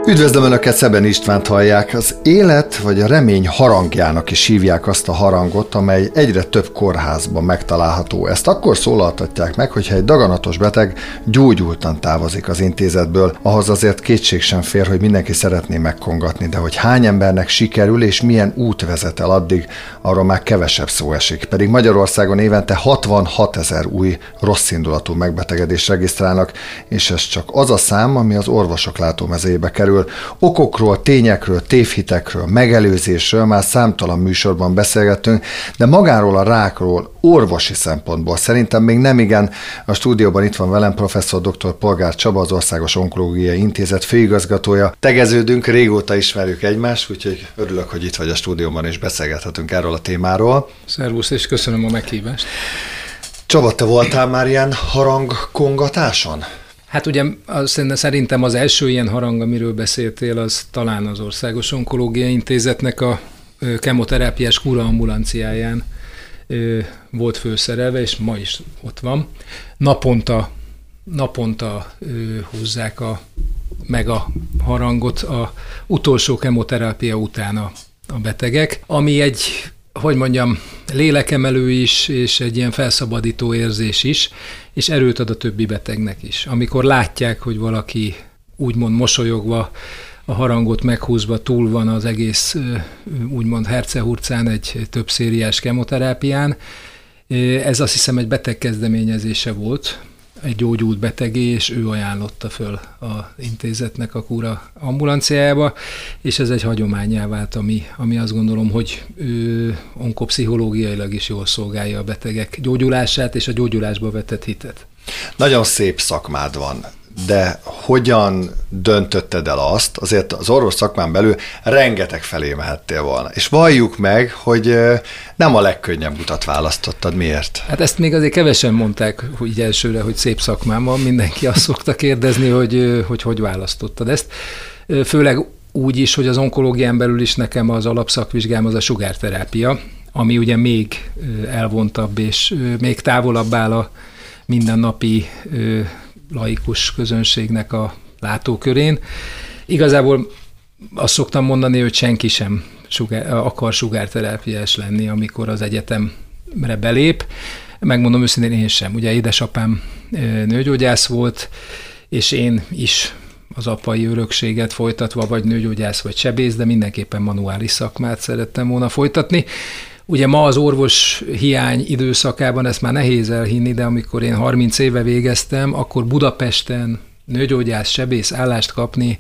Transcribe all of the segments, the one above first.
Üdvözlöm Önöket, Szeben Istvánt hallják. Az élet vagy a remény harangjának is hívják azt a harangot, amely egyre több kórházban megtalálható. Ezt akkor szólaltatják meg, hogyha egy daganatos beteg gyógyultan távozik az intézetből. Ahhoz azért kétség sem fér, hogy mindenki szeretné megkongatni, de hogy hány embernek sikerül és milyen út vezet el addig, arról már kevesebb szó esik. Pedig Magyarországon évente 66 000 új rosszindulatú megbetegedést regisztrálnak, és ez csak az a szám, ami az orvosok látómezébe kerül. Okokról, tényekről, tévhitekről, megelőzésről már számtalan műsorban beszélgettünk, de magáról a rákról orvosi szempontból szerintem még nem igen. A stúdióban itt van velem professzor dr. Polgár Csaba, az Országos Onkológiai Intézet főigazgatója. Tegeződünk, régóta ismerjük egymást, úgyhogy örülök, hogy itt vagy a stúdióban, és beszélgethetünk erről a témáról. Szervusz, és köszönöm a meghívást. Csaba, te voltál már ilyen harangkongatáson? Hát ugye szerintem az első ilyen harang, amiről beszéltél, az talán az Országos Onkológiai Intézetnek a kemoterápiás kúra ambulanciáján volt főszerelve, és ma is ott van. Naponta húzzák meg a harangot a utolsó kemoterápia után a betegek, ami egy, lélekemelő is, és egy ilyen felszabadító érzés is, és erőt ad a többi betegnek is. Amikor látják, hogy valaki úgymond mosolyogva, a harangot meghúzva túl van az egész úgymond hercehurcán egy több szériás kemoterápián, ez azt hiszem egy beteg kezdeményezése volt, egy gyógyult betegé, és ő ajánlotta föl az intézetnek a kúra ambulanciájába, és ez egy hagyománnyá vált, ami azt gondolom, hogy onkopszichológiailag is jól szolgálja a betegek gyógyulását és a gyógyulásba vetett hitet. Nagyon szép szakmád van, de hogyan döntötted el azt, azért az orvos szakmán belül rengeteg felé mehettél volna. És valljuk meg, hogy nem a legkönnyebb utat választottad. Miért? Hát ezt még azért kevesen mondták így elsőre, hogy szép szakmám van. Mindenki azt szokta kérdezni, hogy választottad ezt. Főleg úgy is, hogy az onkológián belül is nekem az alapszakvizsgám az a sugárterápia, ami ugye még elvontabb és még távolabb áll a mindennapi laikus közönségnek a látókörén. Igazából azt szoktam mondani, hogy senki sem akar sugárterápiás lenni, amikor az egyetemre belép. Megmondom őszintén, én sem. Ugye édesapám nőgyógyász volt, és én is az apai örökséget folytatva, vagy nőgyógyász, vagy sebész, de mindenképpen manuális szakmát szerettem volna folytatni. Ugye ma az orvos hiány időszakában ezt már nehéz elhinni, de amikor én 30 éve végeztem, akkor Budapesten nőgyógyász, sebész állást kapni,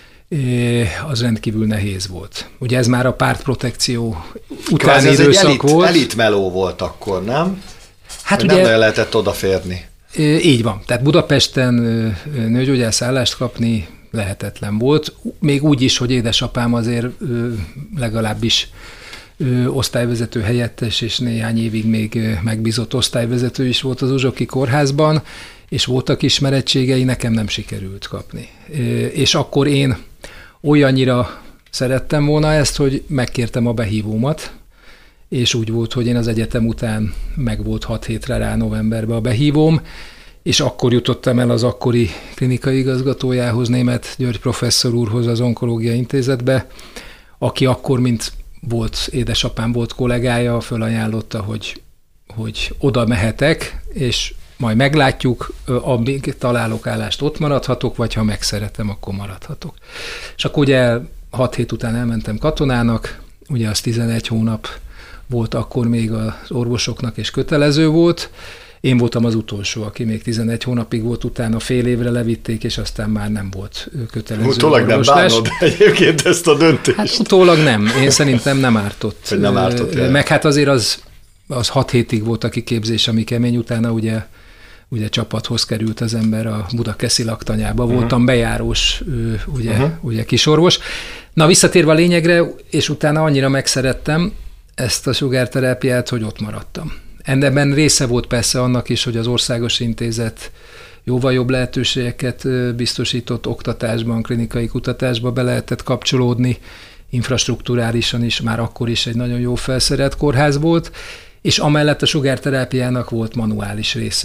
az rendkívül nehéz volt. Ugye ez már a pártprotekció utáni időszak volt. Ez egy elitmeló volt akkor, nem? Hát ugye, nem nagyon lehetett odaférni. Így van. Tehát Budapesten nőgyógyász állást kapni lehetetlen volt. Még úgy is, hogy édesapám azért legalábbis osztályvezető helyettes, és néhány évig még megbízott osztályvezető is volt az Uzsoki kórházban, és voltak ismerettségei, nekem nem sikerült kapni. És akkor én olyannyira szerettem volna ezt, hogy megkértem a behívómat, és úgy volt, hogy én az egyetem után meg volt 6 hétre rá novemberben a behívóm, és akkor jutottam el az akkori klinikai igazgatójához, Németh György professzor úrhoz az Onkológiai Intézetbe, aki akkor, mint édesapám volt kollégája, fölajánlotta, hogy oda mehetek, és majd meglátjuk, amíg találok állást, ott maradhatok, vagy ha megszeretem, akkor maradhatok. És akkor ugye 6 hét után elmentem katonának, ugye az 11 hónap volt akkor még az orvosoknak, és kötelező volt. Én voltam az utolsó, aki még 11 hónapig volt, utána fél évre levitték, és aztán már nem volt kötelező. Utólag nem bánod egyébként ezt a döntést? Hát utólag nem. Én szerintem nem ártott. Hogy nem ártott. Meg hát azért az 6 hétig volt a kiképzés, ami kemény, utána ugye csapathoz került az ember a Budakeszi laktanyába. Voltam bejárós, ugye kisorvos. Na, visszatérve a lényegre, és utána annyira megszerettem ezt a sugárterápiát, hogy ott maradtam. Ebben része volt persze annak is, hogy az Országos Intézet jóval jobb lehetőségeket biztosított oktatásban, klinikai kutatásba be lehetett kapcsolódni, infrastrukturálisan is, már akkor is egy nagyon jó felszerelt kórház volt, és amellett a sugárterápiának volt manuális része,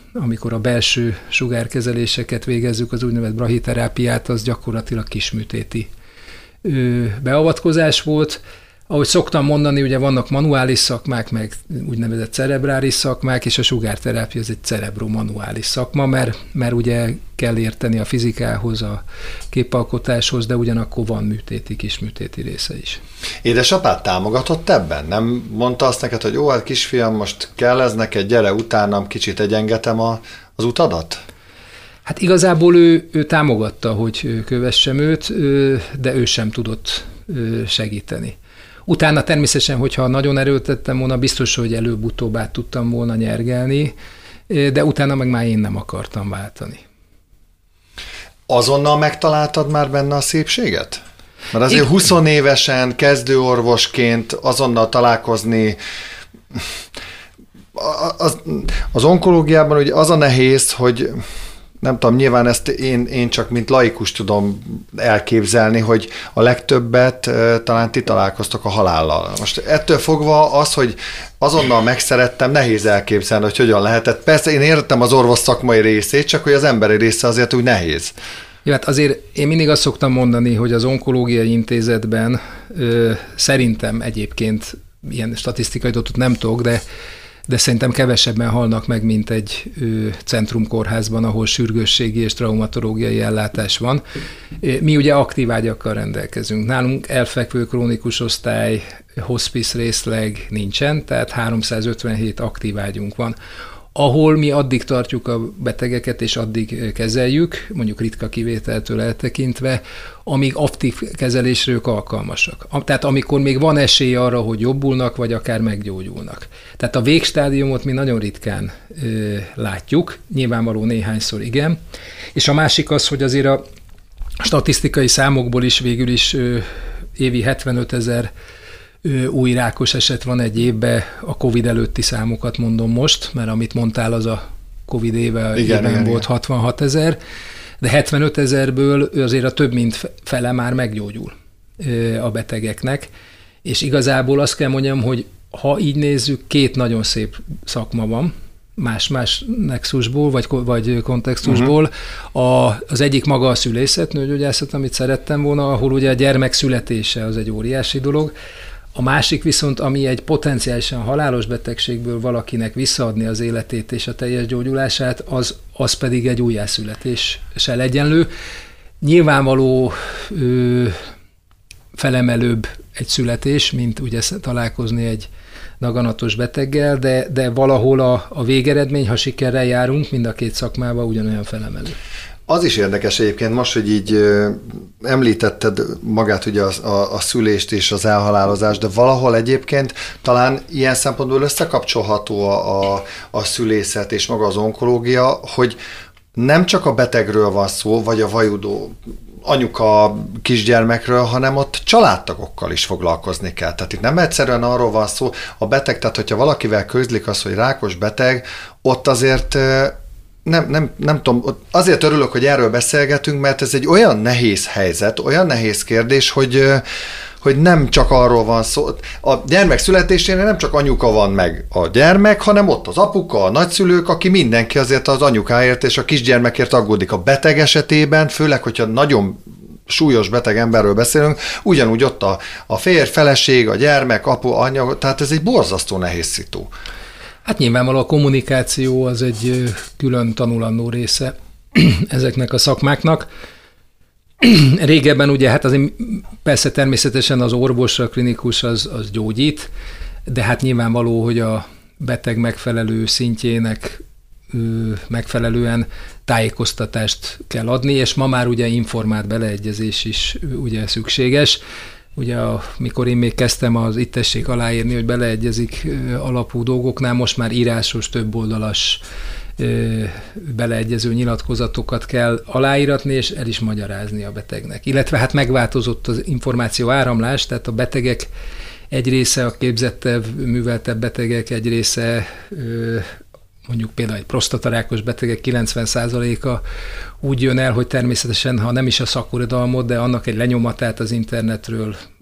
amikor a belső sugárkezeléseket végezzük, az úgynevezett brahiterápiát, az gyakorlatilag kisműtéti beavatkozás volt. Ahogy szoktam mondani, ugye vannak manuális szakmák, meg úgynevezett cerebrális szakmák, és a sugárterápia az egy cerebromanuális szakma, mert ugye kell érteni a fizikához, a képalkotáshoz, de ugyanakkor van műtéti, kisműtéti része is. Édesapád támogatott ebben? Nem mondta azt neked, hogy jó, hát kisfiam, most kell ez neked, gyere utánam, kicsit egyengetem az utadat? Hát igazából ő támogatta, hogy kövessem őt, de ő sem tudott segíteni. Utána természetesen, hogyha nagyon erőltettem volna, biztos, hogy előbb-utóbb át tudtam volna nyergelni, de utána meg már én nem akartam váltani. Azonnal megtaláltad már benne a szépséget? Mert azért 20 évesen, kezdőorvosként azonnal találkozni, az onkológiában ugye az a nehéz, hogy nem tudom, nyilván ezt én csak mint laikus tudom elképzelni, hogy a legtöbbet talán ti találkoztok a halállal. Most ettől fogva az, hogy azonnal megszerettem, nehéz elképzelni, hogy hogyan lehetett. Persze én értem az orvos szakmai részét, csak hogy az emberi része azért úgy nehéz. Ja, hát azért én mindig azt szoktam mondani, hogy az onkológiai intézetben szerintem egyébként ilyen statisztikai adatot nem tudok, de szerintem kevesebben halnak meg, mint egy centrumkórházban, ahol sürgősségi és traumatológiai ellátás van. Mi ugye aktív ágyakkal rendelkezünk. Nálunk elfekvő krónikus osztály, hospice részleg nincsen, tehát 357 aktív ágyunk van, ahol mi addig tartjuk a betegeket, és addig kezeljük, mondjuk ritka kivételtől eltekintve, amíg aktív kezelésre ők alkalmasak. Tehát amikor még van esély arra, hogy jobbulnak, vagy akár meggyógyulnak. Tehát a végstádiumot mi nagyon ritkán látjuk, nyilvánvaló néhányszor igen. És a másik az, hogy azért a statisztikai számokból is végül is évi 75 000 új rákos eset van egy évben, a Covid előtti számokat mondom most, mert amit mondtál, az a Covid évben volt 66 000, de 75 000-ből azért a több mint fele már meggyógyul a betegeknek, és igazából azt kell mondjam, hogy ha így nézzük, két nagyon szép szakma van, más nexusból, vagy kontextusból. Az egyik maga a szülészet, nőgyógyászat, amit szerettem volna, ahol ugye a gyermek születése az egy óriási dolog. A másik viszont, ami egy potenciálisan halálos betegségből valakinek visszaadni az életét és a teljes gyógyulását, az pedig egy újjászületéssel egyenlő. Nyilvánvaló felemelőbb egy születés, mint ugye találkozni egy daganatos beteggel, de valahol a végeredmény, ha sikerrel járunk, mind a két szakmában ugyanolyan felemelő. Az is érdekes egyébként most, hogy így említetted magát ugye a szülést és az elhalálozást, de valahol egyébként talán ilyen szempontból összekapcsolható a szülészet és maga az onkológia, hogy nem csak a betegről van szó, vagy a vajudó anyuka kisgyermekről, hanem ott családtagokkal is foglalkozni kell. Tehát itt nem egyszerűen arról van szó, a beteg, tehát hogyha valakivel közlik az, hogy rákos beteg, ott azért nem tudom, azért örülök, hogy erről beszélgetünk, mert ez egy olyan nehéz helyzet, olyan nehéz kérdés, hogy nem csak arról van szó. A gyermek születésénél nem csak anyuka van meg a gyermek, hanem ott az apuka, a nagyszülők, aki mindenki azért az anyukáért és a kisgyermekért aggódik. A beteg esetében, főleg, hogyha nagyon súlyos beteg emberről beszélünk, ugyanúgy ott a férj, feleség, a gyermek, apu, anya, tehát ez egy borzasztó nehéz szitu. Hát nyilvánvalóan a kommunikáció az egy külön tanulandó része ezeknek a szakmáknak. Régebben ugye, hát azért persze természetesen az orvos, a klinikus az gyógyít, de hát nyilvánvaló, hogy a beteg megfelelő szintjének megfelelően tájékoztatást kell adni, és ma már ugye informált beleegyezés is ugye szükséges. Ugye mikor én még kezdtem az itt tessék aláírni, hogy beleegyezik alapú dolgoknál, most már írásos, több oldalas beleegyező nyilatkozatokat kell aláíratni, és el is magyarázni a betegnek. Illetve hát megváltozott az információ áramlás, tehát a betegek egy része, a képzettebb, műveltebb betegek egy része, mondjuk például egy prostatarákos betegek 90%-a úgy jön el, hogy természetesen, ha nem is a szakirodalmot, de annak egy lenyomatát az internetről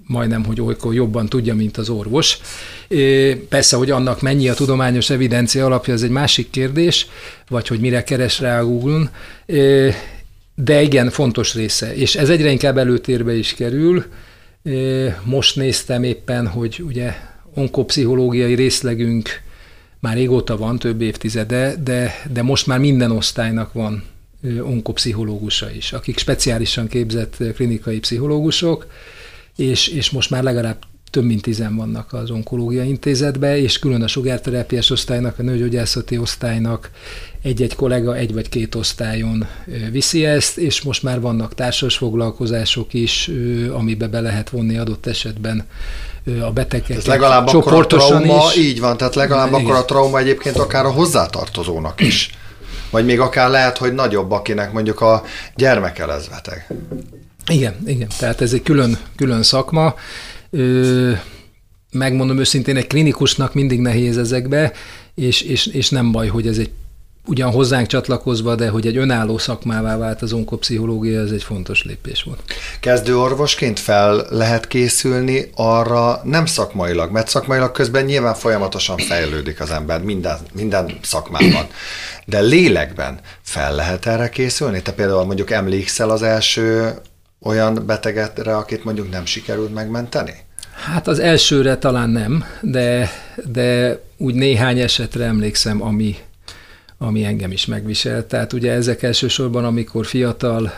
majdnem, hogy olykor jobban tudja, mint az orvos. Persze, hogy annak mennyi a tudományos evidencia alapja, ez egy másik kérdés, vagy hogy mire keres rá a Google-n, de igen, fontos része. És ez egyre inkább előtérbe is kerül. Most néztem éppen, hogy ugye onkopszichológiai részlegünk már régóta van, több évtizede, de most már minden osztálynak van onkopszichológusa is, akik speciálisan képzett klinikai pszichológusok, és most már legalább több mint 10 vannak az onkológiai intézetben, és külön a sugárterápiás osztálynak, a nőgyógyászati osztálynak egy-egy kollega 1 vagy 2 osztályon viszi ezt, és most már vannak társas foglalkozások is, amiben be lehet vonni adott esetben a betegeket. Ez legalább akkor a trauma, is. Így van, tehát legalább akkor a trauma egyébként akár a hozzátartozónak is. Vagy még akár lehet, hogy nagyobb, akinek mondjuk a gyermeke lesz beteg. Igen, tehát ez egy külön szakma. Megmondom őszintén, egy klinikusnak mindig nehéz ezekbe, és nem baj, hogy ez egy ugyan hozzánk csatlakozva, de hogy egy önálló szakmává vált az onkopszichológia, ez egy fontos lépés volt. Kezdőorvosként fel lehet készülni arra nem szakmailag, mert szakmailag közben nyilván folyamatosan fejlődik az ember minden szakmában. De lélekben fel lehet erre készülni? Te például mondjuk emlékszel az első olyan betegedre, akit mondjuk nem sikerült megmenteni? Hát az elsőre talán nem, de úgy néhány esetre emlékszem, ami engem is megviselt. Tehát ugye ezek elsősorban, amikor fiatal,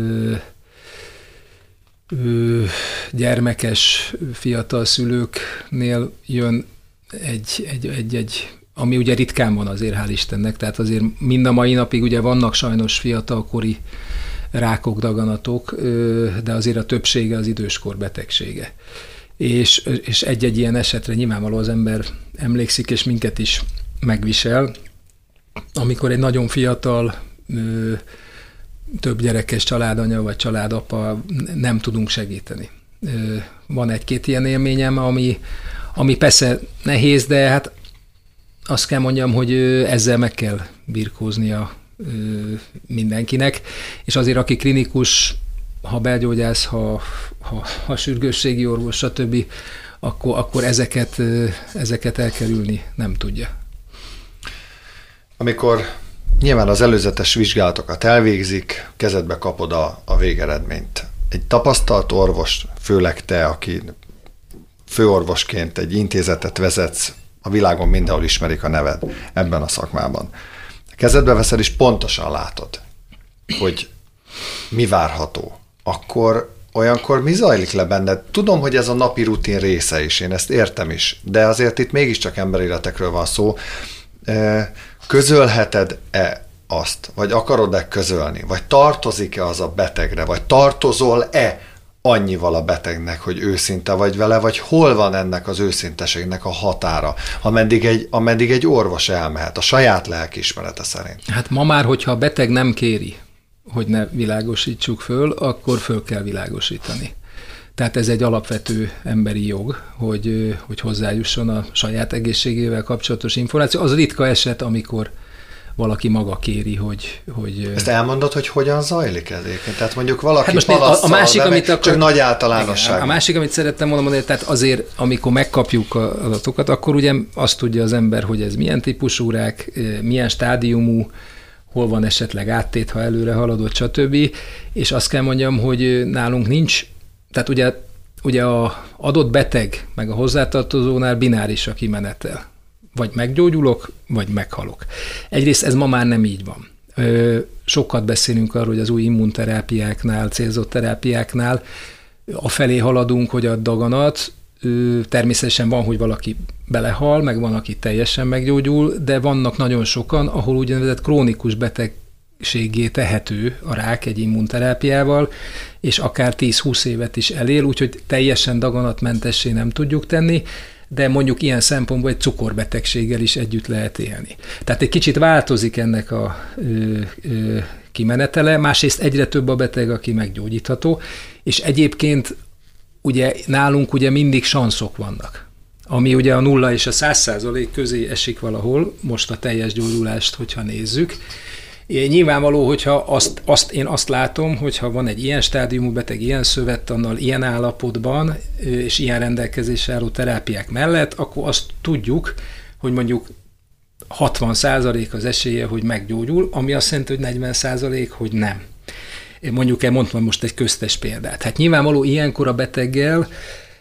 gyermekes fiatal szülőknél jön egy ami ugye ritkán van azért, hál' Istennek, tehát azért mind a mai napig ugye vannak sajnos fiatalkori rákok, daganatok, de azért a többsége az időskor betegsége. És egy-egy ilyen esetre nyilvánvaló az ember emlékszik, és minket is megvisel, amikor egy nagyon fiatal, több gyerekes családanya vagy családapa nem tudunk segíteni. Van egy-két ilyen élményem, ami persze nehéz, de hát azt kell mondjam, hogy ezzel meg kell birkóznia mindenkinek, és azért aki klinikus, ha belgyógyász, ha sürgősségi orvos, stb., akkor ezeket elkerülni nem tudja. Amikor nyilván az előzetes vizsgálatokat elvégzik, kezedbe kapod a végeredményt. Egy tapasztalt orvos, főleg te, aki főorvosként egy intézetet vezetsz, a világon mindenhol ismerik a neved ebben a szakmában. Kezedbe veszed, és pontosan látod, hogy mi várható. Akkor olyankor mi zajlik le benned? Tudom, hogy ez a napi rutin része is, én ezt értem is, de azért itt mégiscsak emberéletekről van szó. Közölheted-e azt, vagy akarod-e közölni, vagy tartozik-e az a betegre, vagy tartozol-e annyival a betegnek, hogy őszinte vagy vele, vagy hol van ennek az őszinteségnek a határa, ameddig egy orvos elmehet, a saját lelkiismerete szerint? Hát ma már, hogyha a beteg nem kéri, hogy ne világosítsuk föl, akkor föl kell világosítani. Tehát ez egy alapvető emberi jog, hogy hozzájusson a saját egészségével kapcsolatos információ. Az ritka eset, amikor valaki maga kéri, hogy... Ezt elmondod, hogy hogyan zajlik ez? Tehát mondjuk valaki hát panasszal, csak nagy általánosság. A másik, amit szerettem volna mondani, tehát azért, amikor megkapjuk az adatokat, akkor ugye azt tudja az ember, hogy ez milyen típusú rák, milyen stádiumú, hol van esetleg áttét, ha előre haladott, stb. És azt kell mondjam, hogy nálunk nincs, tehát ugye a adott beteg, meg a hozzátartozónál bináris a kimenetel. Vagy meggyógyulok, vagy meghalok. Egyrészt ez ma már nem így van. Sokat beszélünk arról, hogy az új immunterápiáknál, célzott terápiáknál afelé haladunk, hogy a daganat, természetesen van, hogy valaki belehal, meg van, aki teljesen meggyógyul, de vannak nagyon sokan, ahol úgynevezett krónikus betegségé tehető a rák egy immunterápiával, és akár 10-20 évet is elél, úgyhogy teljesen daganatmentessé nem tudjuk tenni, de mondjuk ilyen szempontból egy cukorbetegséggel is együtt lehet élni. Tehát egy kicsit változik ennek a kimenetele, másrészt egyre több a beteg, aki meggyógyítható, és egyébként ugye nálunk ugye mindig sanszok vannak, ami ugye a 0 és a 100% közé esik valahol, most a teljes gyógyulást, hogyha nézzük, Nyilvánvaló, hogyha én azt látom, hogyha van egy ilyen stádiumú beteg, ilyen szövettannal, ilyen állapotban, és ilyen rendelkezésre álló terápiák mellett, akkor azt tudjuk, hogy mondjuk 60% az esélye, hogy meggyógyul, ami azt jelenti, hogy 40%, hogy nem. Mondtam most egy köztes példát. Hát nyilvánvaló ilyenkor a beteggel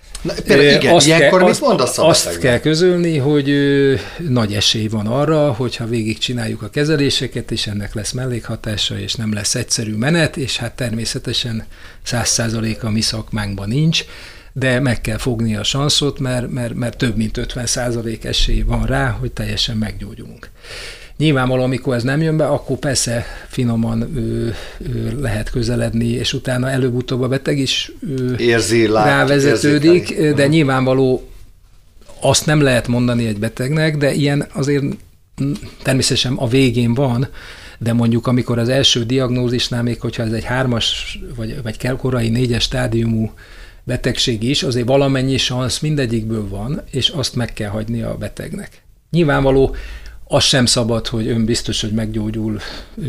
azt kell közölni, hogy nagy esély van arra, hogyha végig csináljuk a kezeléseket, és ennek lesz mellékhatása, és nem lesz egyszerű menet, és hát természetesen 100% a mi szakmánkban nincs, de meg kell fogni a sanszot, mert több mint 50% esély van rá, hogy teljesen meggyógyulunk. Nyilvánvalóan, amikor ez nem jön be, akkor persze finoman lehet közeledni, és utána előbb-utóbb a beteg is rávezetődik, de nyilvánvaló azt nem lehet mondani egy betegnek, de ilyen azért természetesen a végén van, de mondjuk amikor az első diagnózisnál, még hogyha ez egy 3-as vagy korai 4-es stádiumú betegség is, azért valamennyi szansz mindegyikből van, és azt meg kell hagyni a betegnek. Nyilvánvaló, az sem szabad, hogy önbiztos, hogy meggyógyul,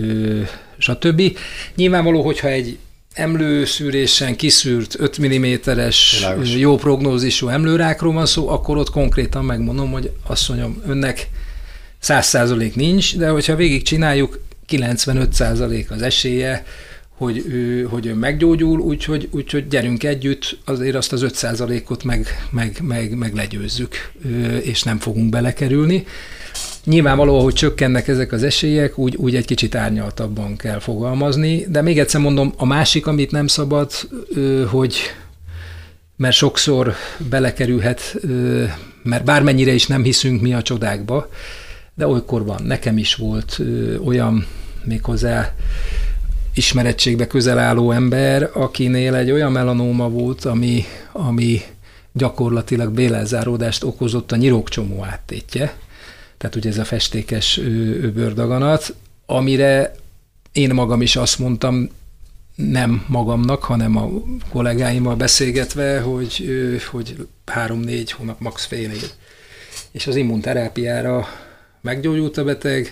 stb. Nyilvánvaló, hogyha egy emlőszűrésen kiszűrt 5 mm-es jó prognózisú emlőrákról van szó, akkor ott konkrétan megmondom, hogy azt mondjam, önnek 100% nincs, de hogyha végig csináljuk, 95% az esélye, hogy ő meggyógyul, úgyhogy gyerünk együtt, azért azt az 5%-ot meg legyőzzük, és nem fogunk belekerülni. Nyilvánvaló, hogy csökkennek ezek az esélyek, úgy egy kicsit árnyaltabban kell fogalmazni, de még egyszer mondom, a másik, amit nem szabad, hogy mert sokszor belekerülhet, mert bármennyire is nem hiszünk mi a csodákba, de olykor van. Nekem is volt olyan méghozzá ismerettségbe közel álló ember, akinél egy olyan melanóma volt, ami gyakorlatilag bélelzáródást okozott a nyirokcsomó áttétje. Tehát ugye ez a festékes bőrdaganat, amire én magam is azt mondtam, nem magamnak, hanem a kollégáimmal beszélgetve, hogy 3-4 hónap, max. Fél év. És az immunterápiára meggyógyult a beteg,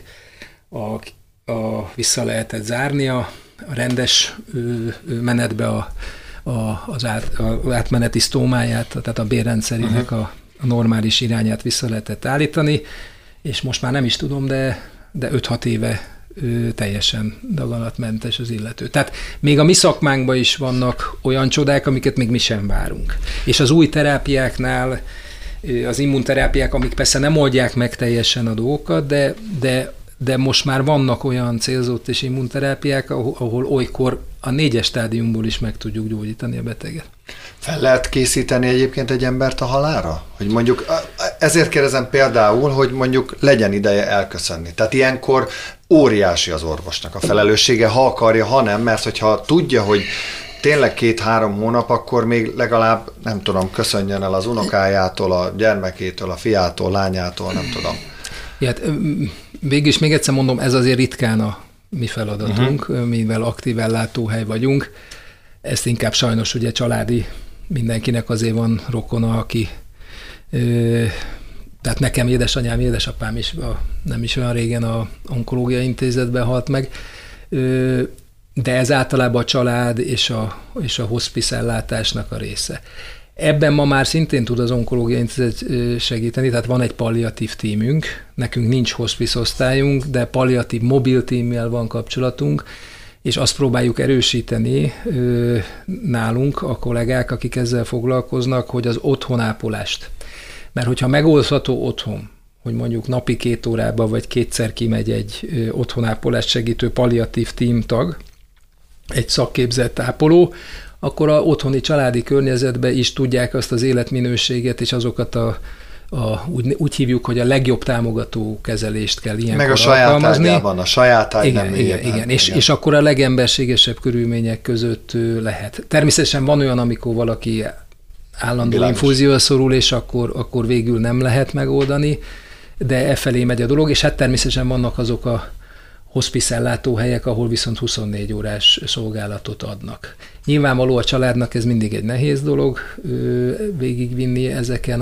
vissza lehetett zárni a rendes menetbe az átmeneti sztómáját, tehát a bérrendszerének a normális irányát vissza lehetett állítani, és most már nem is tudom, de 5-6 éve teljesen daganatmentes az illető. Tehát még a mi szakmánkban is vannak olyan csodák, amiket még mi sem várunk. És az új terápiáknál, az immunterápiák, amik persze nem oldják meg teljesen a dolgokat, de most már vannak olyan célzott és immunterápiák, ahol olykor a 4-es stádiumból is meg tudjuk gyógyítani a beteget. Fel lehet készíteni egyébként egy embert a halálra? Hogy mondjuk, ezért kérdezem például, hogy mondjuk legyen ideje elköszönni. Tehát ilyenkor óriási az orvosnak a felelőssége, ha akarja, ha nem, mert hogyha tudja, hogy tényleg 2-3 hónap, akkor még legalább, nem tudom, köszönjön el az unokájától, a gyermekétől, a fiától, lányától, nem tudom. Hát végülis még egyszer mondom, ez azért ritkán a mi feladatunk, mivel aktív ellátóhely vagyunk. Ezt inkább sajnos ugye családi, mindenkinek azért van rokona, aki, tehát nekem édesanyám, édesapám is nem is olyan régen a onkológiai intézetben halt meg, de ez általában a család és a hospice ellátásnak a része. Ebben ma már szintén tud az onkológiai intézet segíteni, tehát van egy palliatív tímünk, nekünk nincs hospice osztályunk, de palliatív mobil tímmel van kapcsolatunk, és azt próbáljuk erősíteni nálunk a kollégák, akik ezzel foglalkoznak, hogy az otthonápolást. Mert hogyha megoldható otthon, hogy mondjuk napi 2 órában vagy 2-szer kimegy egy otthonápolást segítő palliatív tímtag, egy szakképzett ápoló, akkor a otthoni családi környezetben is tudják azt az életminőséget, és azokat úgy hívjuk, hogy a legjobb támogató kezelést kell ilyenkor alkalmazni. Meg a saját ágyában, a saját ágy nem igen. És akkor a legemberségesebb körülmények között lehet. Természetesen van olyan, amikor valaki állandó infúzióra szorul, és akkor végül nem lehet megoldani, de efelé megy a dolog, és hát természetesen vannak azok a hospice ellátóhelyek, ahol viszont 24 órás szolgálatot adnak. Nyilvánvaló a családnak ez mindig egy nehéz dolog végigvinni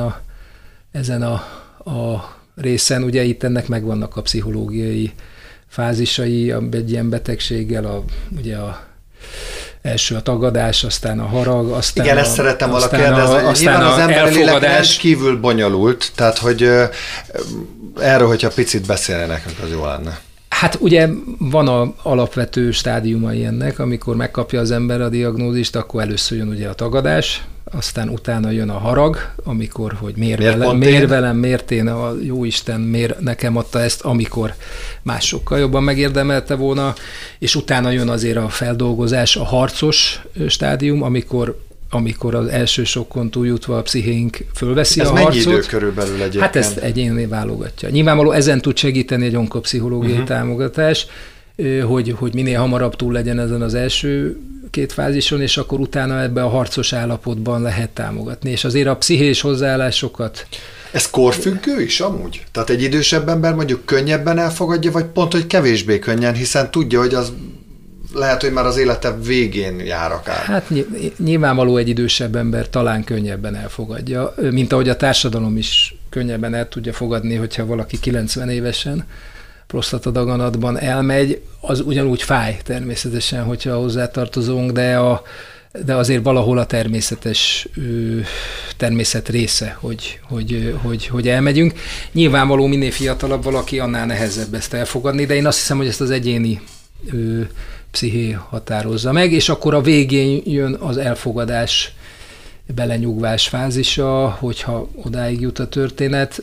ezen a részen. Ugye itt ennek megvannak a pszichológiai fázisai egy ilyen betegséggel, ugye első a tagadás, aztán a harag, aztán igen, ezt szerettem volna kérdezni, hogy nyilván az emberi lélek rendkívül bonyolult, tehát hogy erről, hogyha picit beszélne nekünk, az jó lenne. Hát ugye van az alapvető stádiumai ennek, amikor megkapja az ember a diagnózist, akkor először jön ugye a tagadás, aztán utána jön a harag, amikor, hogy miért velem, miért én, a jóisten miért nekem adta ezt, amikor más sokkal jobban megérdemelte volna, és utána jön azért a feldolgozás, a harcos stádium, amikor az első sokkon túljutva a pszichénk fölveszi a harcot. Ez mennyi idő körülbelül egyébként? Hát ezt egyéni válogatja. Nyilvánvaló ezen tud segíteni egy onkopszichológiai támogatás, hogy minél hamarabb túl legyen ezen az első két fázison, és akkor utána ebbe a harcos állapotban lehet támogatni. És azért a pszichés hozzáállásokat... Ez korfüggő is amúgy? Tehát egy idősebb ember mondjuk könnyebben elfogadja, vagy pont, hogy kevésbé könnyen, hiszen tudja, hogy az lehet, hogy már az élete végén jár akár. Hát nyilvánvaló egy idősebb ember talán könnyebben elfogadja, mint ahogy a társadalom is könnyebben el tudja fogadni, hogyha valaki 90 évesen prostatadaganatban elmegy, az ugyanúgy fáj természetesen, hogyha hozzátartozunk, de azért valahol a természet része, hogy elmegyünk. Nyilvánvaló minél fiatalabb valaki, annál nehezebb ezt elfogadni, de én azt hiszem, hogy ezt az egyéni psziché határozza meg, és akkor a végén jön az elfogadás, belenyugvás fázisa, hogyha odáig jut a történet.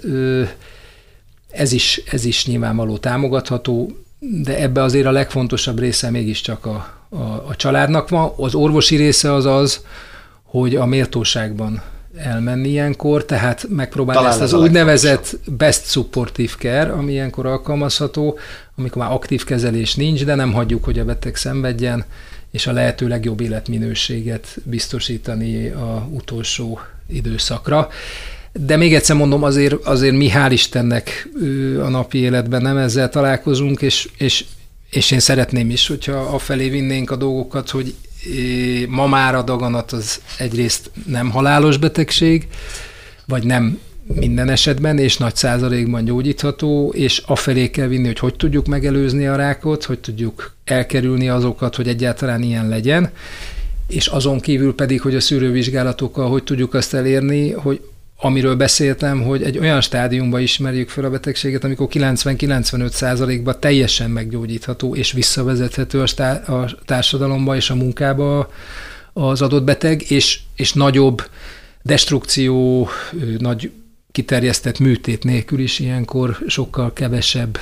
Ez is nyilvánvaló támogatható, de ebbe azért a legfontosabb része mégiscsak a családnak van. Az orvosi része az, hogy a méltóságban elmenni ilyenkor, tehát megpróbálni ezt az úgynevezett best supportive care, ami ilyenkor alkalmazható, amikor már aktív kezelés nincs, de nem hagyjuk, hogy a beteg szenvedjen, és a lehető legjobb életminőséget biztosítani a utolsó időszakra. De még egyszer mondom, azért mi hál' Istennek a napi életben nem ezzel találkozunk, és én szeretném is, hogyha afelé vinnénk a dolgokat, hogy ma már a daganat az egyrészt nem halálos betegség, vagy nem minden esetben, és nagy százalékban gyógyítható, és afelé kell vinni, hogy tudjuk megelőzni a rákot, hogy tudjuk elkerülni azokat, hogy egyáltalán ilyen legyen, és azon kívül pedig, hogy a szűrővizsgálatokkal hogy tudjuk azt elérni, hogy amiről beszéltem, hogy egy olyan stádiumban ismerjük fel a betegséget, amikor 90-95%-ban teljesen meggyógyítható és visszavezethető a társadalomba és a munkába az adott beteg, és nagyobb destrukció, nagy kiterjesztett műtét nélkül is ilyenkor sokkal kevesebb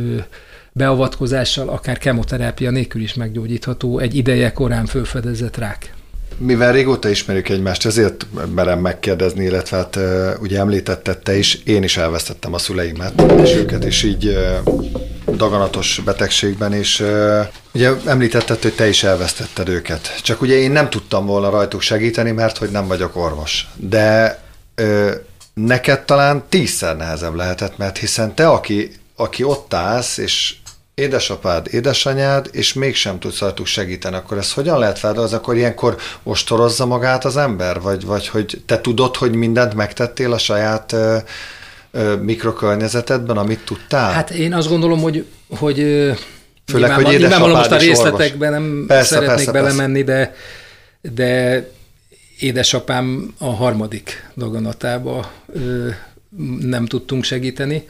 beavatkozással, akár kemoterápia nélkül is meggyógyítható egy ideje korán felfedezett rák. Mivel régóta ismerjük egymást, ezért merem megkérdezni, illetve hát ugye említetted te is, én is elvesztettem a szüleimet, és őket is így daganatos betegségben, és ugye említetted, hogy te is elvesztetted őket. Csak ugye én nem tudtam volna rajtuk segíteni, mert hogy nem vagyok orvos. De neked talán 10-szer nehezebb lehetett, mert hiszen te, aki ott állsz, és édesapád, édesanyád, és mégsem tudsz rajtuk segíteni, akkor ezt hogyan lehet feldolgozni? Akkor ilyenkor ostorozza magát az ember? Vagy hogy te tudod, hogy mindent megtettél a saját mikrokörnyezetedben, amit tudtál? Hát én azt gondolom, hogy főleg, hogy édesapád most a is részletekben nem szeretnék belemenni, de édesapám a harmadik daganatába nem tudtunk segíteni.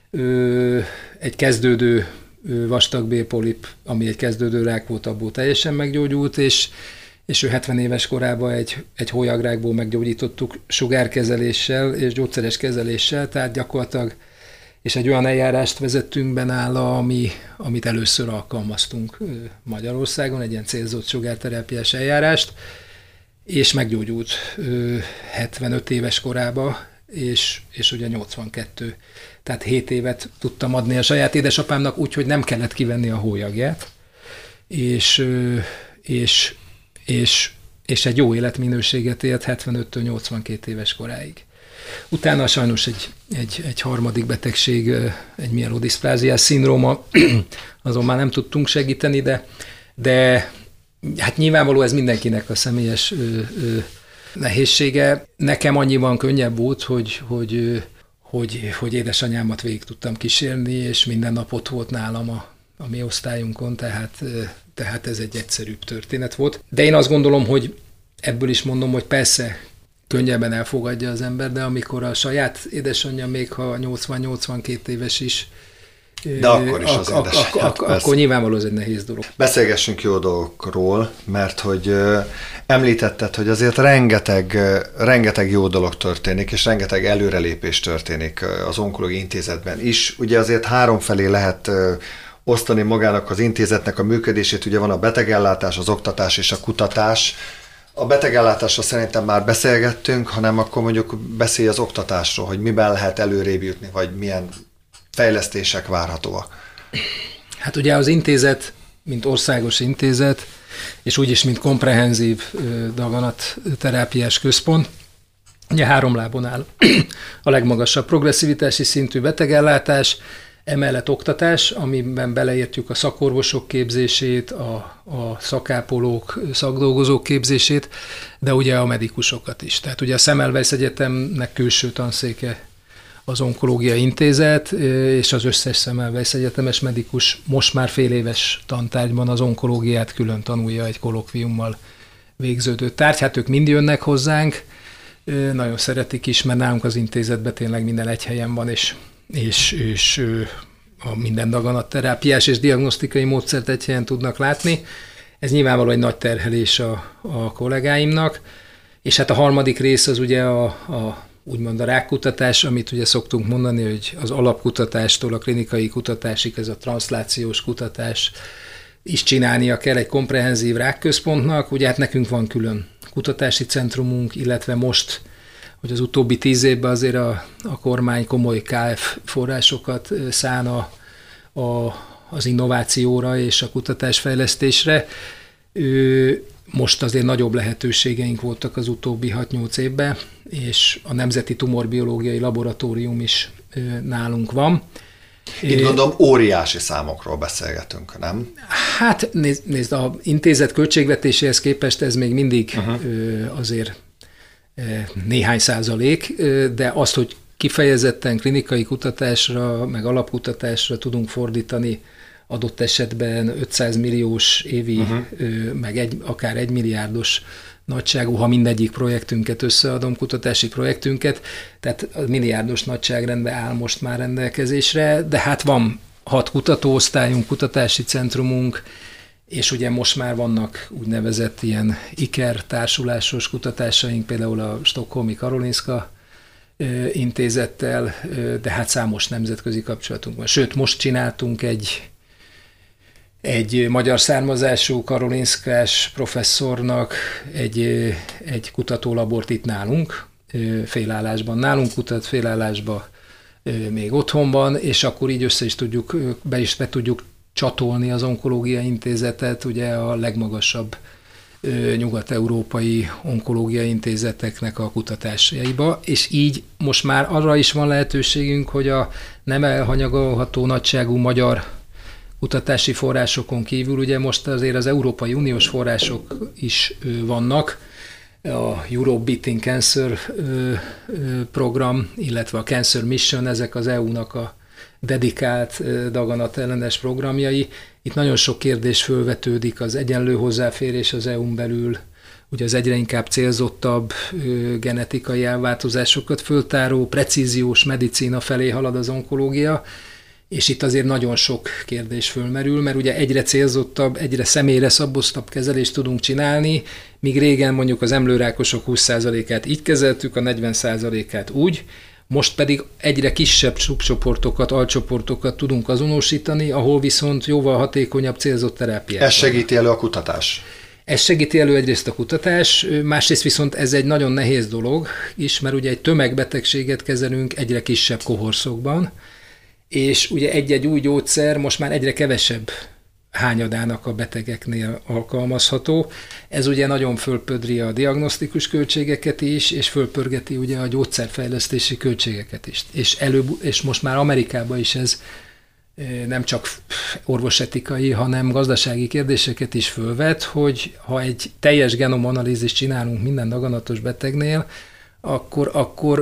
Egy kezdődő vastagbélpolip, ami egy kezdődő rák volt, abból teljesen meggyógyult, és ő 70 éves korában egy hólyagrákból meggyógyítottuk sugárkezeléssel és gyógyszeres kezeléssel, tehát gyakorlatilag, és egy olyan eljárást vezettünk be nála, amit először alkalmaztunk Magyarországon, egy ilyen célzott sugárterápiás eljárást, és meggyógyult 75 éves korában, és ugye 82. Tehát 7 évet tudtam adni a saját édesapámnak, úgyhogy nem kellett kivenni a hólyagját, és egy jó életminőséget élt 75-től 82 éves koráig. Utána sajnos egy harmadik betegség, egy mielodiszpláziás szindróma, azon már nem tudtunk segíteni, de hát nyilvánvaló ez mindenkinek a személyes nehézsége. Nekem annyiban könnyebb volt, hogy édesanyámat végig tudtam kísérni, és minden nap ott volt nálam a a mi osztályunkon, tehát ez egy egyszerűbb történet volt. De én azt gondolom, hogy ebből is mondom, hogy persze könnyebben elfogadja az ember, de amikor a saját édesanyja, még ha 80-82 éves is, de akkor is az édesanyját. Akkor nyilvánvaló ez egy nehéz dolog. Beszélgessünk jó dolgokról, mert hogy említetted, hogy azért rengeteg jó dolog történik, és rengeteg előrelépés történik az onkológiai intézetben is. Ugye azért háromfelé lehet osztani magának az intézetnek a működését, ugye van a betegellátás, az oktatás és a kutatás. A betegellátásról szerintem már beszélgettünk, hanem akkor mondjuk beszélj az oktatásról, hogy miben lehet előrébb jutni, vagy milyen fejlesztések várhatóak. Hát ugye az intézet, mint országos intézet, és úgyis, mint komprehenzív daganatterápiás központ, ugye 3 lábon áll. A legmagasabb progresszivitási szintű betegellátás, emellett oktatás, amiben beleértjük a szakorvosok képzését, a szakápolók, szakdolgozók képzését, de ugye a medikusokat is. Tehát ugye a Semmelweis Egyetemnek külső tanszéke az onkológiai intézet, és az összes Semmelweis egyetemes medikus most már féléves tantárgyban az onkológiát külön tanulja egy kolokviummal végződő tárgy. Hát ők mind jönnek hozzánk, nagyon szeretik is, mert nálunk az intézetben tényleg minden egy helyen van, és a minden daganatterápiás és diagnosztikai módszert egy helyen tudnak látni. Ez nyilvánvalóan egy nagy terhelés a kollégáimnak, és hát a harmadik rész az ugye úgymond a rákkutatás, amit ugye szoktunk mondani, hogy az alapkutatástól a klinikai kutatásig ez a transzlációs kutatás is csinálnia kell egy komprehenzív rákközpontnak. Ugye hát nekünk van külön kutatási centrumunk, illetve most, hogy az utóbbi 10 évben azért a kormány komoly KF forrásokat szán az innovációra és a kutatásfejlesztésre. Most azért nagyobb lehetőségeink voltak az utóbbi 6-8 évben, és a Nemzeti Tumorbiológiai Laboratórium is nálunk van. Itt gondolom óriási számokról beszélgetünk, nem? Hát nézd, az intézet költségvetéséhez képest ez még mindig azért néhány százalék, de azt, hogy kifejezetten klinikai kutatásra, meg alapkutatásra tudunk fordítani adott esetben 500 milliós évi, meg akár 1 milliárdos nagyságú, ha mindegyik projektünket összeadom, kutatási projektünket, tehát a milliárdos nagyságrendben áll most már rendelkezésre, de hát van 6 kutatóosztályunk, kutatási centrumunk, és ugye most már vannak úgynevezett ilyen IKER társulásos kutatásaink, például a Stockholmi Karolinska intézettel, de hát számos nemzetközi kapcsolatunk van. Sőt, most csináltunk egy magyar származású karolinszkás professzornak egy kutatólabort itt nálunk, félállásban. Nálunk kutat, félállásban még otthon van, és akkor így össze is tudjuk, be tudjuk csatolni az onkológiai intézetet, ugye a legmagasabb nyugat-európai onkológiai intézeteknek a kutatásaiba, és így most már arra is van lehetőségünk, hogy a nem elhanyagolható nagyságú magyar kutatási forrásokon kívül, ugye most azért az Európai Uniós források is vannak, a Europe Beating Cancer program, illetve a Cancer Mission, ezek az EU-nak a dedikált daganatellenes programjai. Itt nagyon sok kérdés fölvetődik, az egyenlő hozzáférés az EU-n belül, ugye az egyre inkább célzottabb genetikai elváltozásokat föltáró, precíziós medicína felé halad az onkológia, és itt azért nagyon sok kérdés fölmerül, mert ugye egyre célzottabb, egyre személyre szabottabb kezelést tudunk csinálni, míg régen mondjuk az emlőrákosok 20%-át így kezeltük, a 40%-át úgy, most pedig egyre kisebb subcsoportokat, alcsoportokat tudunk azonosítani, ahol viszont jóval hatékonyabb célzott terápiák. Ez segíti elő a kutatás. Ez segíti elő egyrészt a kutatás, másrészt viszont ez egy nagyon nehéz dolog is, mert ugye egy tömegbetegséget kezelünk egyre kisebb kohorszokban, és ugye egy-egy új gyógyszer most már egyre kevesebb hányadának a betegeknél alkalmazható. Ez ugye nagyon fölpödri a diagnosztikus költségeket is, és fölpörgeti ugye a gyógyszerfejlesztési költségeket is. És most már Amerikában is ez nem csak orvosetikai, hanem gazdasági kérdéseket is fölvet, hogy ha egy teljes genomanalízist csinálunk minden daganatos betegnél, akkor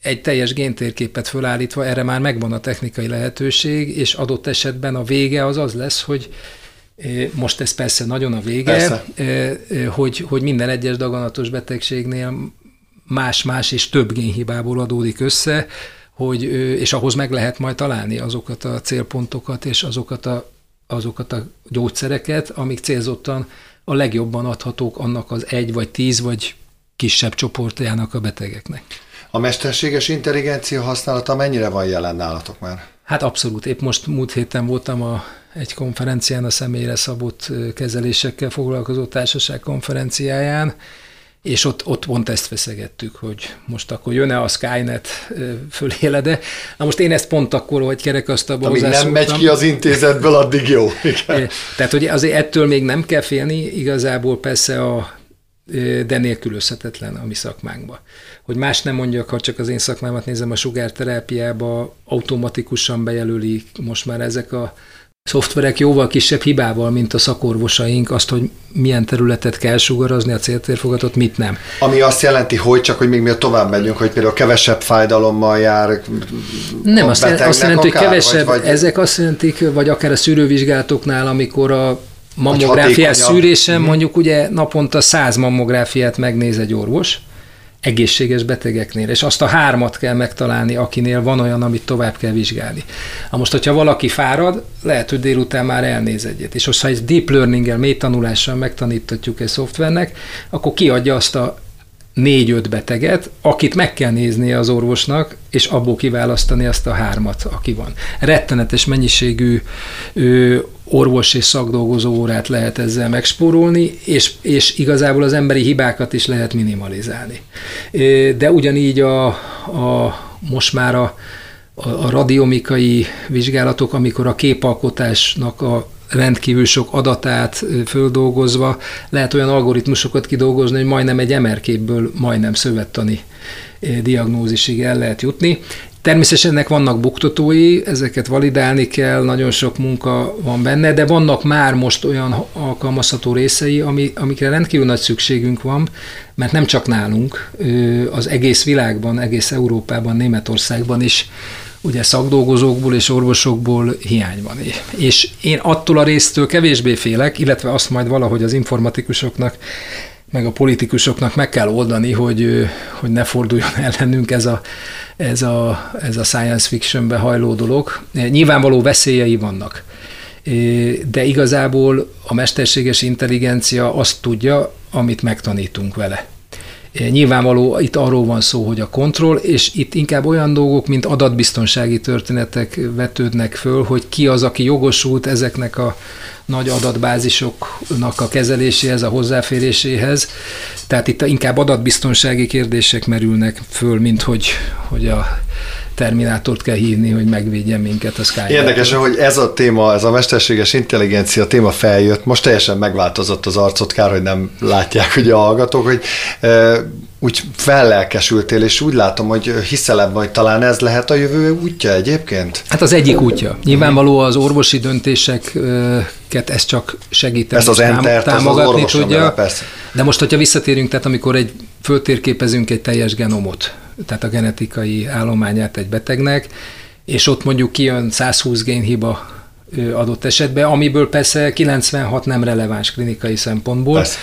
egy teljes géntérképet fölállítva erre már megvan a technikai lehetőség, és adott esetben a vége az lesz, hogy most ez persze nagyon a vége, hogy minden egyes daganatos betegségnél más-más és több génhibából adódik össze, és ahhoz meg lehet majd találni azokat a célpontokat és azokat a gyógyszereket, amik célzottan a legjobban adhatók annak az 1 vagy 10 vagy kisebb csoportjának a betegeknek. A mesterséges intelligencia használata mennyire van jelen nálatok már? Hát abszolút. Épp most múlt héten voltam egy konferencián, a személyre szabott kezelésekkel foglalkozó társaság konferenciáján, és ott pont ezt feszegettük, hogy most akkor jön-e a Skynet fölélede. Na most én ezt pont akkor, hogy kerekasztalba hozzászoktam. Amíg nem megy ki az intézetből, addig jó. Tehát, hogy azért ettől még nem kell félni, igazából persze de nélkülözhetetlen a mi szakmánkba. Hogy más nem mondjak, ha csak az én szakmámat nézem, a sugárterápiába automatikusan bejelölik most már ezek a szoftverek jóval kisebb hibával, mint a szakorvosaink, azt, hogy milyen területet kell sugarazni, a céltérfogatot, mit nem. Ami azt jelenti, hogy csak, hogy még miért tovább megyünk, hogy például kevesebb fájdalommal jár. Nem, azt jelenti, hogy kevesebb, ezek azt jelentik, vagy akár a szűrővizsgálatoknál, amikor a mammográfiás szűrésen mondjuk ugye naponta 100 mammográfiát megnéz egy orvos, egészséges betegeknél, és azt a 3 kell megtalálni, akinél van olyan, amit tovább kell vizsgálni. Na most, hogyha valaki fárad, lehet, hogy délután már elnéz egyet. És most, ha egy deep learning-el, mély tanulással megtanítatjuk egy szoftvernek, akkor kiadja azt a 4-5 beteget, akit meg kell néznie az orvosnak, és abból kiválasztani azt a 3-at, aki van. Rettenetes mennyiségű orvos és szakdolgozó órát lehet ezzel megspórolni, és igazából az emberi hibákat is lehet minimalizálni. De ugyanígy most már a radiomikai vizsgálatok, amikor a képalkotásnak a rendkívül sok adatát földolgozva lehet olyan algoritmusokat kidolgozni, hogy majdnem egy MR-képből majdnem szövettani diagnózisig el lehet jutni. Természetesen ennek vannak buktatói, ezeket validálni kell, nagyon sok munka van benne, de vannak már most olyan alkalmazható részei, amikre rendkívül nagy szükségünk van, mert nem csak nálunk, az egész világban, egész Európában, Németországban is ugye szakdolgozókból és orvosokból hiány van. És én attól a résztől kevésbé félek, illetve azt majd valahogy az informatikusoknak, meg a politikusoknak meg kell oldani, hogy ne forduljon ellenünk ez a science fictionbe hajló dolog. Nyilvánvaló veszélyei vannak, de igazából a mesterséges intelligencia azt tudja, amit megtanítunk vele. Nyilvánvaló, itt arról van szó, hogy a kontroll, és itt inkább olyan dolgok, mint adatbiztonsági történetek vetődnek föl, hogy ki az, aki jogosult ezeknek a nagy adatbázisoknak a kezeléséhez, a hozzáféréséhez. Tehát itt inkább adatbiztonsági kérdések merülnek föl, mint hogy a Terminátort kell hívni, hogy megvédjen minket a Skynet. Érdekes, hogy ez a téma, ez a mesterséges intelligencia téma feljött, most teljesen megváltozott az arcot, kár, hogy nem látják ugye a hallgatók, hogy úgy fellelkesültél, és úgy látom, hogy hiszel ebben, hogy talán ez lehet a jövő útja egyébként? Hát az egyik útja. Nyilvánvaló az orvosi döntéseket ez csak segíteni, ez az támogatni az tudja. De most, hogyha visszatérünk, tehát amikor föltérképezünk egy teljes genomot, tehát a genetikai állományát egy betegnek, és ott mondjuk kijön 120 génhiba adott esetben, amiből persze 96 nem releváns klinikai szempontból, persze.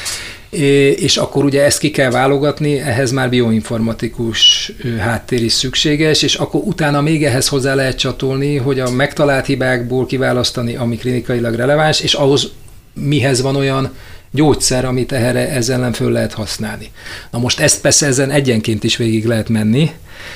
És akkor ugye ezt ki kell válogatni, ehhez már bioinformatikus háttér is szükséges, és akkor utána még ehhez hozzá lehet csatolni, hogy a megtalált hibákból kiválasztani, ami klinikailag releváns, és ahhoz mihez van olyan gyógyszer, amit ezzel ellen föl lehet használni. Na most ezt persze ezen egyenként is végig lehet menni,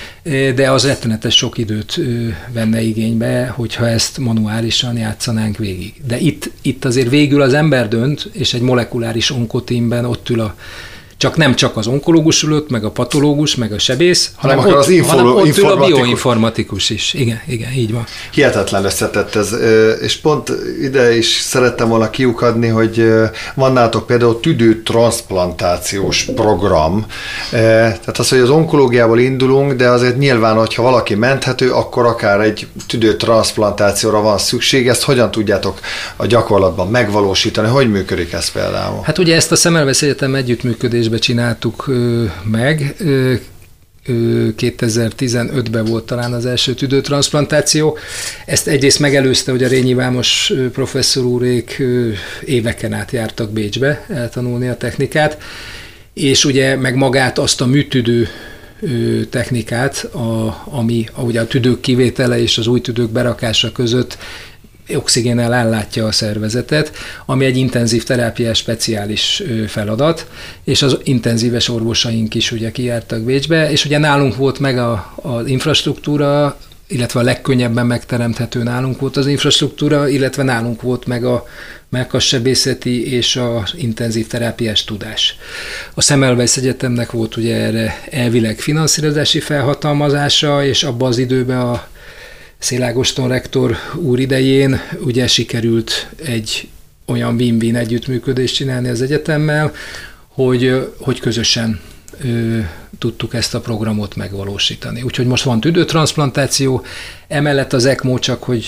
de az rettenetes sok időt venne igénybe, hogyha ezt manuálisan játszanánk végig. De itt azért végül az ember dönt, és egy molekuláris onkotímben ott ül nem csak az onkológus ülött, meg a patológus, meg a sebész, hanem ott ül a bioinformatikus is. Igen, így van. Hihetetlen összetett ez, és pont ide is szerettem volna kiukadni, hogy van nálatok például tüdőtranszplantációs program. Tehát az, hogy az onkológiából indulunk, de azért nyilván, hogyha valaki menthető, akkor akár egy tüdőtranszplantációra van szükség. Ezt hogyan tudjátok a gyakorlatban megvalósítani? Hogy működik ez például? Hát ugye ezt a Semmelweis Egyetem együttműködésben csináltuk meg. 2015-ben volt talán az első tüdőtranszplantáció. Ezt egyrészt megelőzte, hogy a Rényi Vámos professzor úrék éveken át jártak Bécsbe eltanulni a technikát, és ugye meg magát azt a műtüdő technikát, ami ugye a tüdők kivétele és az új tüdők berakása között oxigénnel ellátja a szervezetet, ami egy intenzív terápiás speciális feladat, és az intenzíves orvosaink is ugye kijártak Bécsbe, és ugye nálunk volt meg az infrastruktúra, illetve a legkönnyebben megteremthető nálunk volt az infrastruktúra, illetve nálunk volt meg a mellkassebészeti és az intenzív terápiás tudás. A Semmelweis Egyetemnek volt ugye erre elvileg finanszírozási felhatalmazása, és abban az időben a Széll Ágoston rektor úr idején ugye sikerült egy olyan win-win együttműködést csinálni az egyetemmel, hogy közösen tudtuk ezt a programot megvalósítani. Úgyhogy most van tüdőtranszplantáció, emellett az ECMO, csak hogy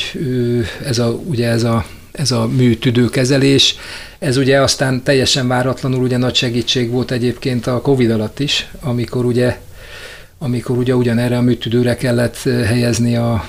ez a műtüdőkezelés, ez ugye aztán teljesen váratlanul ugye nagy segítség volt egyébként a Covid alatt is, amikor ugye ugyanerre a műtüdőre kellett helyezni a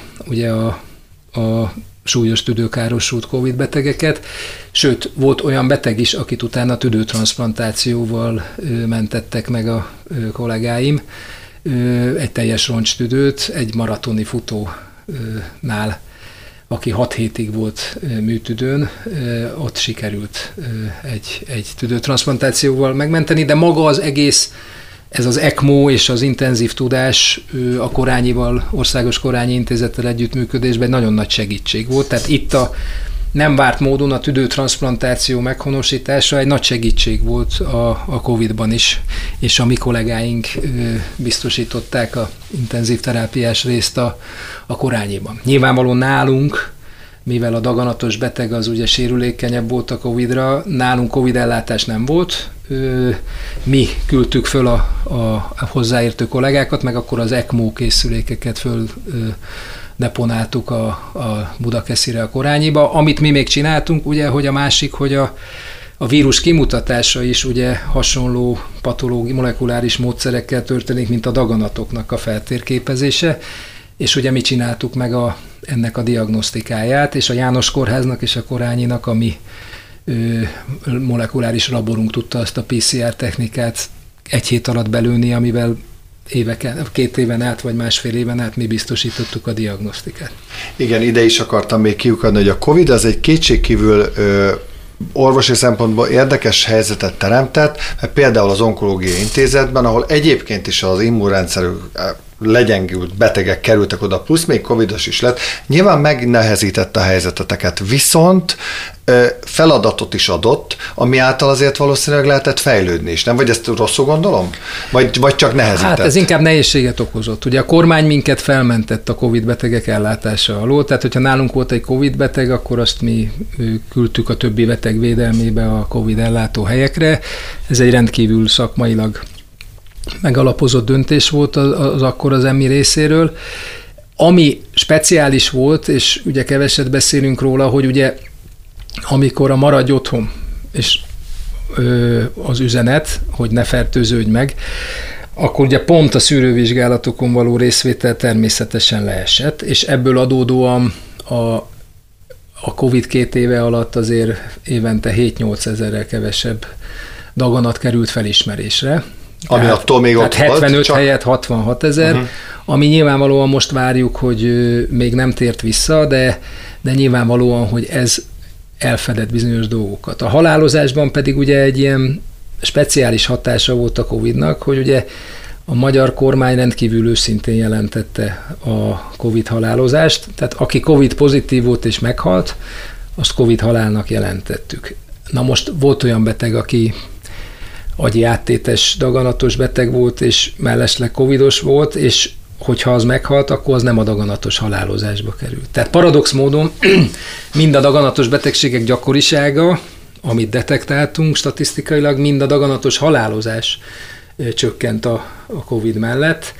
súlyos tüdőkárosult Covid betegeket, sőt, volt olyan beteg is, akit utána tüdőtranszplantációval mentettek meg a kollégáim, egy teljes roncstüdőt, egy maratoni futónál, aki 6 hétig volt műtüdőn, ott sikerült egy tüdőtranszplantációval megmenteni, de maga az egész, ez az ECMO és az intenzív tudás a Korányival, Országos Korányi Intézettel együttműködésben egy nagyon nagy segítség volt. Tehát itt a nem várt módon a tüdőtranszplantáció meghonosítása egy nagy segítség volt a Covid-ban is, és a mi kollégáink biztosították a intenzív terápiás részt a Korányiban. Nyilvánvalóan nálunk, mivel a daganatos beteg az ugye sérülékenyebb volt a Covid-ra, nálunk Covid ellátás nem volt, mi küldtük föl a hozzáértő kollégákat, meg akkor az ECMO készülékeket föl deponáltuk a Budakeszire, a Korányiba. Amit mi még csináltunk, ugye, hogy a másik, hogy a vírus kimutatása is ugye hasonló molekuláris módszerekkel történik, mint a daganatoknak a feltérképezése, és ugye mi csináltuk meg ennek a diagnosztikáját, és a János Kórháznak és a Korányinak a mi molekuláris laborunk tudta azt a PCR technikát egy hét alatt belőni, amivel 2 éven át, vagy másfél éven át mi biztosítottuk a diagnosztikát. Igen, ide is akartam még kiukadni, hogy a Covid az egy kétségkívül orvosi szempontból érdekes helyzetet teremtett, mert például az Onkológiai Intézetben, ahol egyébként is az immunrendszerük legyengült betegek kerültek oda, plusz még covidos is lett, nyilván megnehezítette a helyzeteteket, viszont feladatot is adott, ami által azért valószínűleg lehetett fejlődni is, nem? Vagy ezt rosszul gondolom? Vagy csak nehezített? Hát ez inkább nehézséget okozott. Ugye a kormány minket felmentett a Covid betegek ellátása alól, tehát hogyha nálunk volt egy Covid beteg, akkor azt mi küldtük a többi beteg védelmébe a Covid ellátó helyekre. Ez egy rendkívül szakmailag megalapozott döntés volt akkor az EMMI részéről. Ami speciális volt, és ugye keveset beszélünk róla, hogy ugye amikor a maradj otthon, és az üzenet, hogy ne fertőződj meg, akkor ugye pont a szűrővizsgálatokon való részvétel természetesen leesett, és ebből adódóan a Covid 2 éve alatt azért évente 7-8 ezerrel kevesebb daganat került felismerésre. Ami attól még ott 75 volt, helyett 66 000, ami nyilvánvalóan most várjuk, hogy még nem tért vissza, de nyilvánvalóan, hogy ez elfedett bizonyos dolgokat. A halálozásban pedig ugye egy ilyen speciális hatása volt a Covid-nak, hogy ugye a magyar kormány rendkívül őszintén jelentette a Covid halálozást, tehát aki Covid pozitív volt és meghalt, azt Covid halálnak jelentettük. Na most volt olyan beteg, aki agyi áttétes daganatos beteg volt, és mellesleg covidos volt, és hogyha az meghalt, akkor az nem a daganatos halálozásba került. Tehát paradox módon mind a daganatos betegségek gyakorisága, amit detektáltunk statisztikailag, mind a daganatos halálozás csökkent a Covid mellett,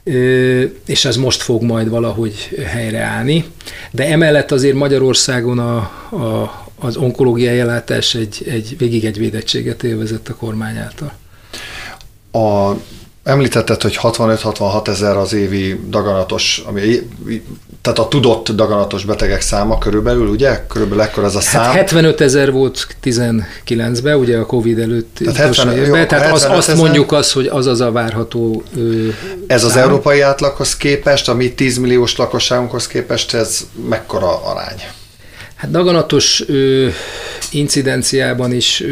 és ez most fog majd valahogy helyreállni. De emellett azért Magyarországon az onkológiai ellátás végig egy védettséget élvezett a kormány által. Említetted, hogy 65-66 ezer az évi daganatos, tehát a tudott daganatos betegek száma körülbelül, ugye? Körülbelül ekkor ez a szám. Hát 75 ezer volt 19-ben, ugye a Covid előtt. Tehát azt mondjuk hogy az a várható Ez szám. Az európai átlaghoz képest, a mi 10 milliós lakosságunkhoz képest, ez mekkora arány? Hát daganatos incidenciában is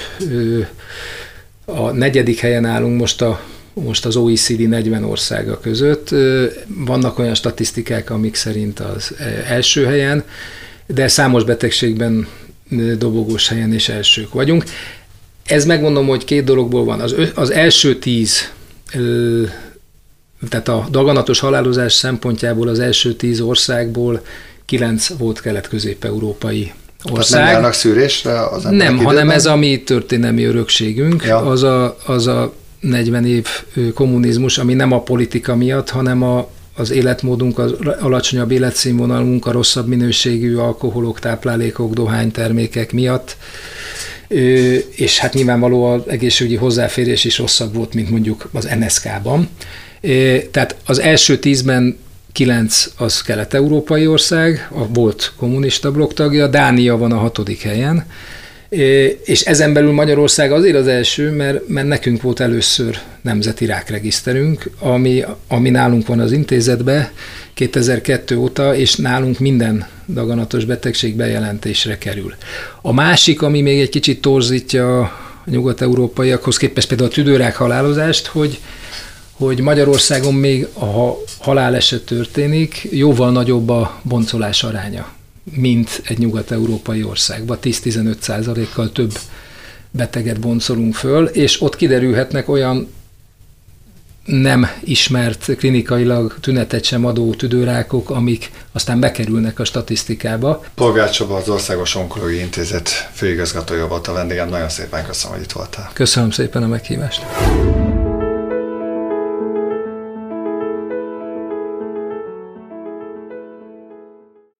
a 4. helyen állunk most az OECD 40 országa között. Vannak olyan statisztikák, amik szerint az első helyen, de számos betegségben dobogós helyen és elsők vagyunk. Ez megmondom, hogy 2 dologból van. Az első 10, tehát a daganatos halálozás szempontjából az első 10 országból 9 volt kelet-közép-európai ország. Tehát nem járnak szűrésre az emberek Nem, időben? hanem ez a mi történelmi örökségünk, ja. az a 40 év kommunizmus, ami nem a politika miatt, hanem az életmódunk, az alacsonyabb életszínvonalunk, a rosszabb minőségű alkoholok, táplálékok, dohánytermékek miatt, és hát nyilvánvaló az egészségügyi hozzáférés is rosszabb volt, mint mondjuk az NSZK-ban. Tehát az első 10-ben 9 az kelet-európai ország, a volt kommunista blokk tagja, Dánia van a 6. helyen, és ezen belül Magyarország azért az első, mert nekünk volt először nemzeti rákregiszterünk, ami nálunk van az intézetben 2002 óta, és nálunk minden daganatos betegség bejelentésre kerül. A másik, ami még egy kicsit torzítja a nyugat-európaiakhoz képest például a tüdőrák halálozást, hogy Magyarországon még, ha haláleset történik, jóval nagyobb a boncolás aránya, mint egy nyugat-európai országban. 10-15%-kal több beteget boncolunk föl, és ott kiderülhetnek olyan nem ismert, klinikailag tünetet sem adó tüdőrákok, amik aztán bekerülnek a statisztikába. Polgár Csaba, az Országos Onkológiai Intézet főigazgatója volt a vendégem. Nagyon szépen köszönöm, hogy itt voltál. Köszönöm szépen a meghívást.